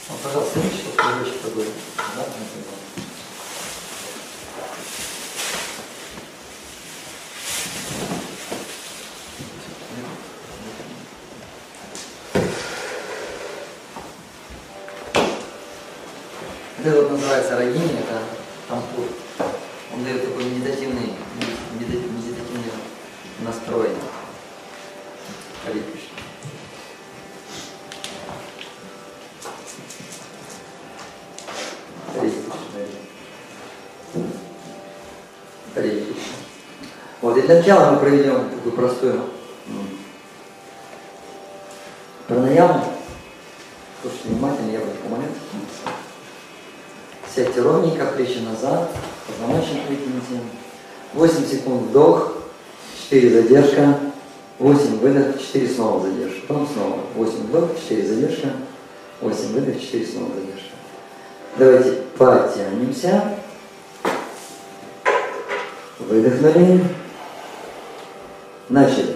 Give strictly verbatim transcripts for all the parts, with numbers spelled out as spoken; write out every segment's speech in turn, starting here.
Ну, пожалуйста, видите, что кружочек такой. Да? Это вот называется рагини, это тампур. Он дает такой медитативный, медитативный настрой. Харе Кришна. Харе Кришна. Харе Кришна. Вот, и для начала мы проведем такую простую пранаяму. Слушайте внимательно, я буду помолиться. Сядьте ровненько, плечи назад, позвоночник вытяните. восемь секунд вдох, четыре задержка, восемь выдох, четыре снова задержка. Потом снова восемь вдох, четыре задержка, восемь выдох, четыре снова задержка. Давайте подтянемся. Выдохнули. Начали.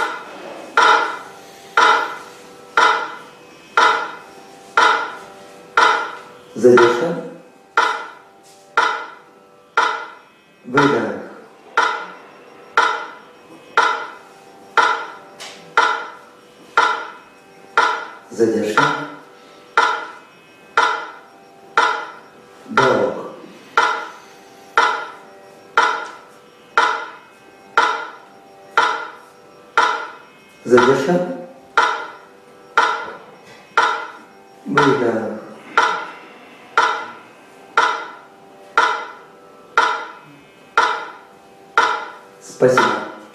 Задержка. Выдох. Задержка. Вдох. Задержка. Выдох. Спасибо.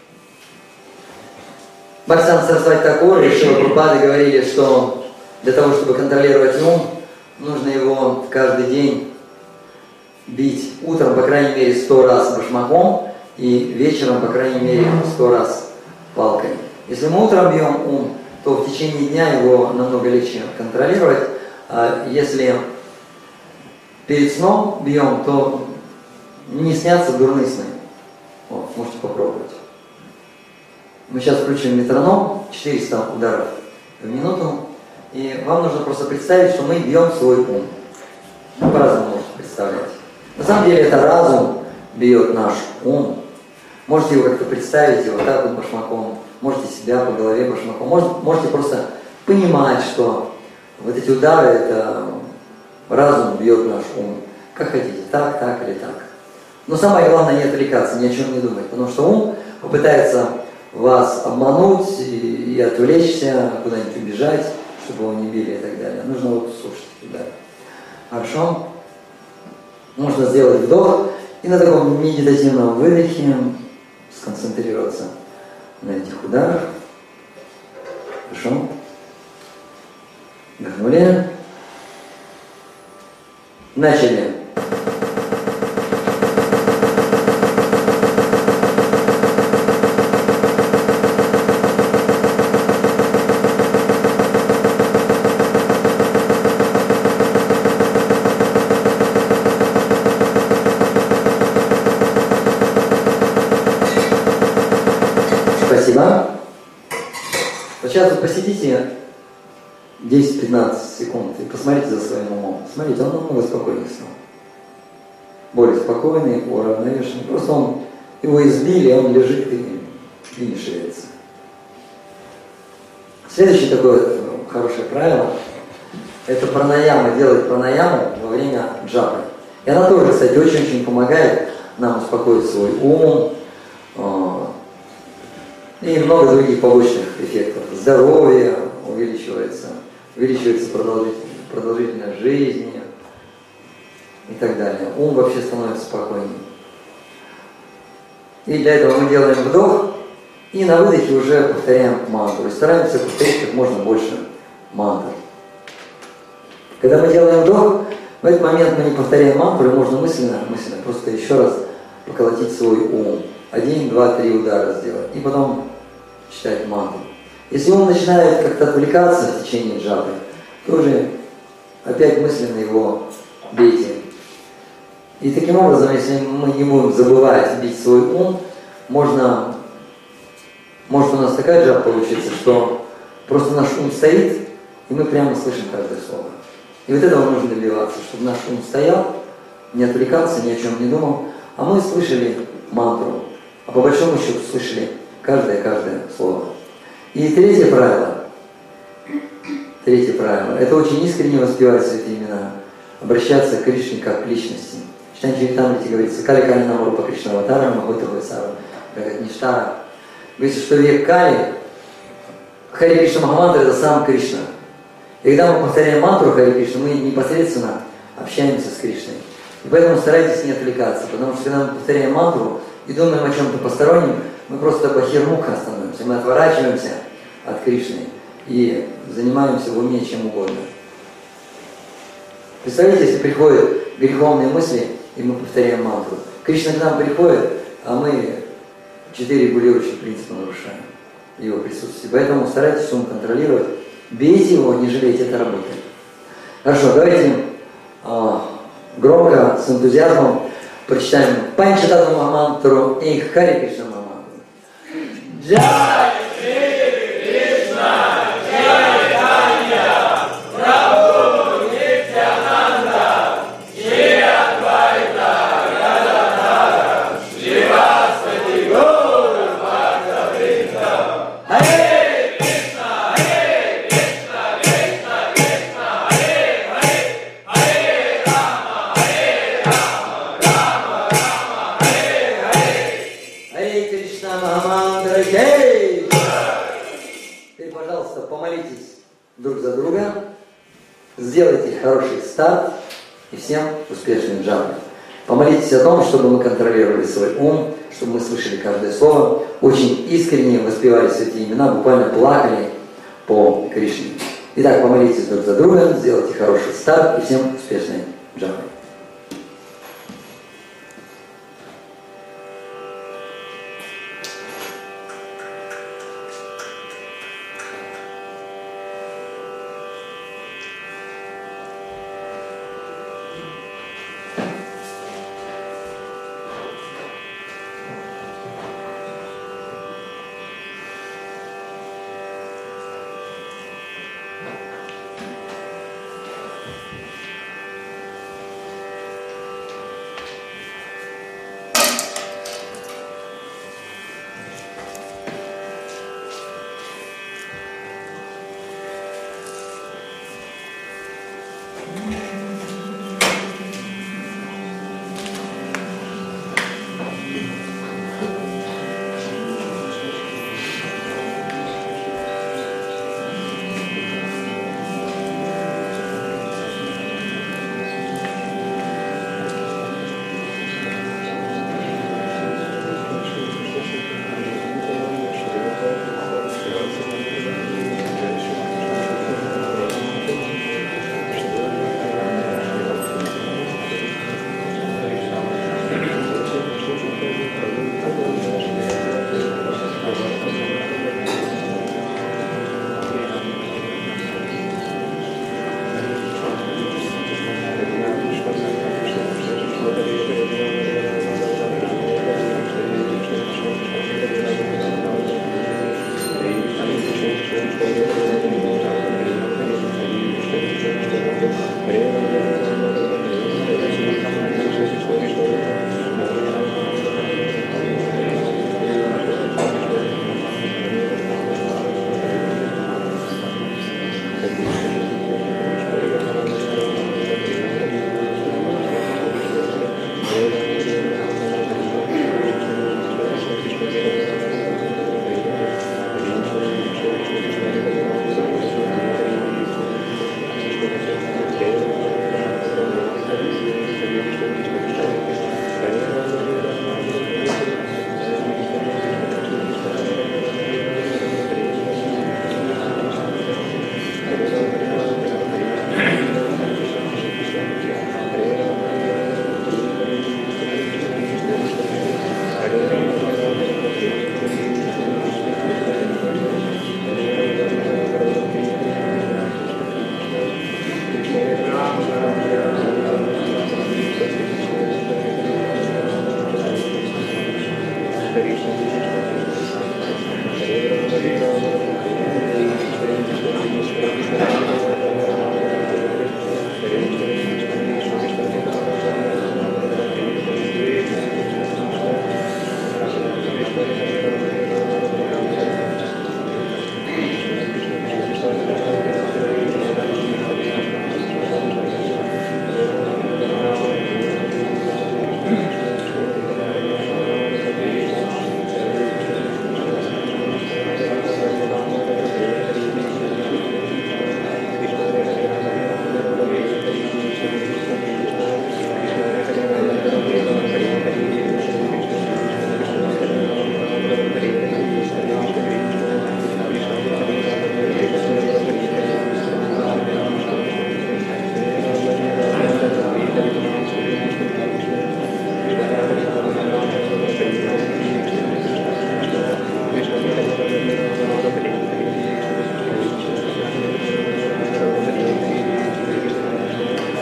Бхактисиданта Сарасвати Такур и Шрила Прабхупада говорили, что для того, чтобы контролировать ум, нужно его каждый день бить утром, по крайней мере, сто раз башмаком и вечером, по крайней мере, сто раз палкой. Если мы утром бьем ум, то в течение дня его намного легче контролировать. А если перед сном бьем, то не снятся дурные сны. Вот, можете попробовать. Мы сейчас включим метроном, четыреста ударов в минуту, и вам нужно просто представить, что мы бьем свой ум. Ну, по-разному можете представлять. На самом деле это разум бьет наш ум. Можете его как-то представить, вот так вот башмаком, можете себя по голове башмаком, можете, можете просто понимать, что вот эти удары, это разум бьет наш ум. Как хотите, так, так или так. Но самое главное не отвлекаться, ни о чем не думать, потому что ум попытается вас обмануть и, и отвлечься, куда-нибудь убежать, чтобы его не били и так далее. Нужно вот слушать туда. Хорошо? Можно сделать вдох и на таком медитативном выдохе сконцентрироваться на этих ударах. Хорошо? Вдохнули. Начали. Спасибо. Вот сейчас вы посидите десять-пятнадцать секунд и посмотрите за своим умом. Смотрите, он намного спокойнее стал. Более спокойный, уравновешенный. Просто он, его избили, он лежит и, и не шевелится. Следующее такое хорошее правило – это пранаяма, делать пранаяму во время джапы. И она тоже, кстати, очень-очень помогает нам успокоить свой ум, и много других побочных эффектов. Здоровье увеличивается, увеличивается продолжительность, продолжительность жизни и так далее. Ум вообще становится спокойнее. И для этого мы делаем вдох, и на выдохе уже повторяем мантру. И стараемся повторить как можно больше мантр. Когда мы делаем вдох, в этот момент мы не повторяем мантру, и можно мысленно, мысленно просто еще раз поколотить свой ум. Один, два, три удара сделать. И потом читать мантру. Если он начинает как-то отвлекаться в течение джапы, то уже опять мысленно его бейте. И таким образом, если мы не будем забывать бить свой ум, можно, может у нас такая джапа получится, что просто наш ум стоит, и мы прямо слышим каждое слово. И вот этого нужно добиваться, чтобы наш ум стоял, не отвлекался, ни о чем не думал, а мы слышали мантру, а по большому счету слышали каждое-каждое слово. И третье правило, третье правило, это очень искренне воспевать святые имена, обращаться к Кришне как к личности. В Чайтанья-чаритамрите говорится, Кали Кали Намурупа Кришна Аватара, Махота Вайсара, как Ништара. Говорится, что век Кали, Хари Кришна Махамантра — это сам Кришна. И когда мы повторяем мантру Хари Кришна, мы непосредственно общаемся с Кришной. И поэтому старайтесь не отвлекаться, потому что когда мы повторяем мантру и думаем о чем-то постороннем, мы просто бахирмуха становимся, мы отворачиваемся от Кришны и занимаемся в уме чем угодно. Представляете, если приходят греховные мысли, и мы повторяем мантру. Кришна к нам приходит, а мы четыре регулирующих принципа нарушаем в его присутствии. Поэтому старайтесь ум контролировать. Бейте его, не жалейте, это работает. Хорошо, давайте а, громко, с энтузиазмом прочитаем Панчататтва Махамантру и Хари Кришна Махамантру. Джай! Друг за друга, сделайте хороший старт и всем успешной джапы. Помолитесь о том, чтобы мы контролировали свой ум, чтобы мы слышали каждое слово, очень искренне воспевали святые имена, буквально плакали по Кришне. Итак, помолитесь друг за друга, сделайте хороший старт и всем успешной джапы.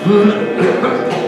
Mm-hmm.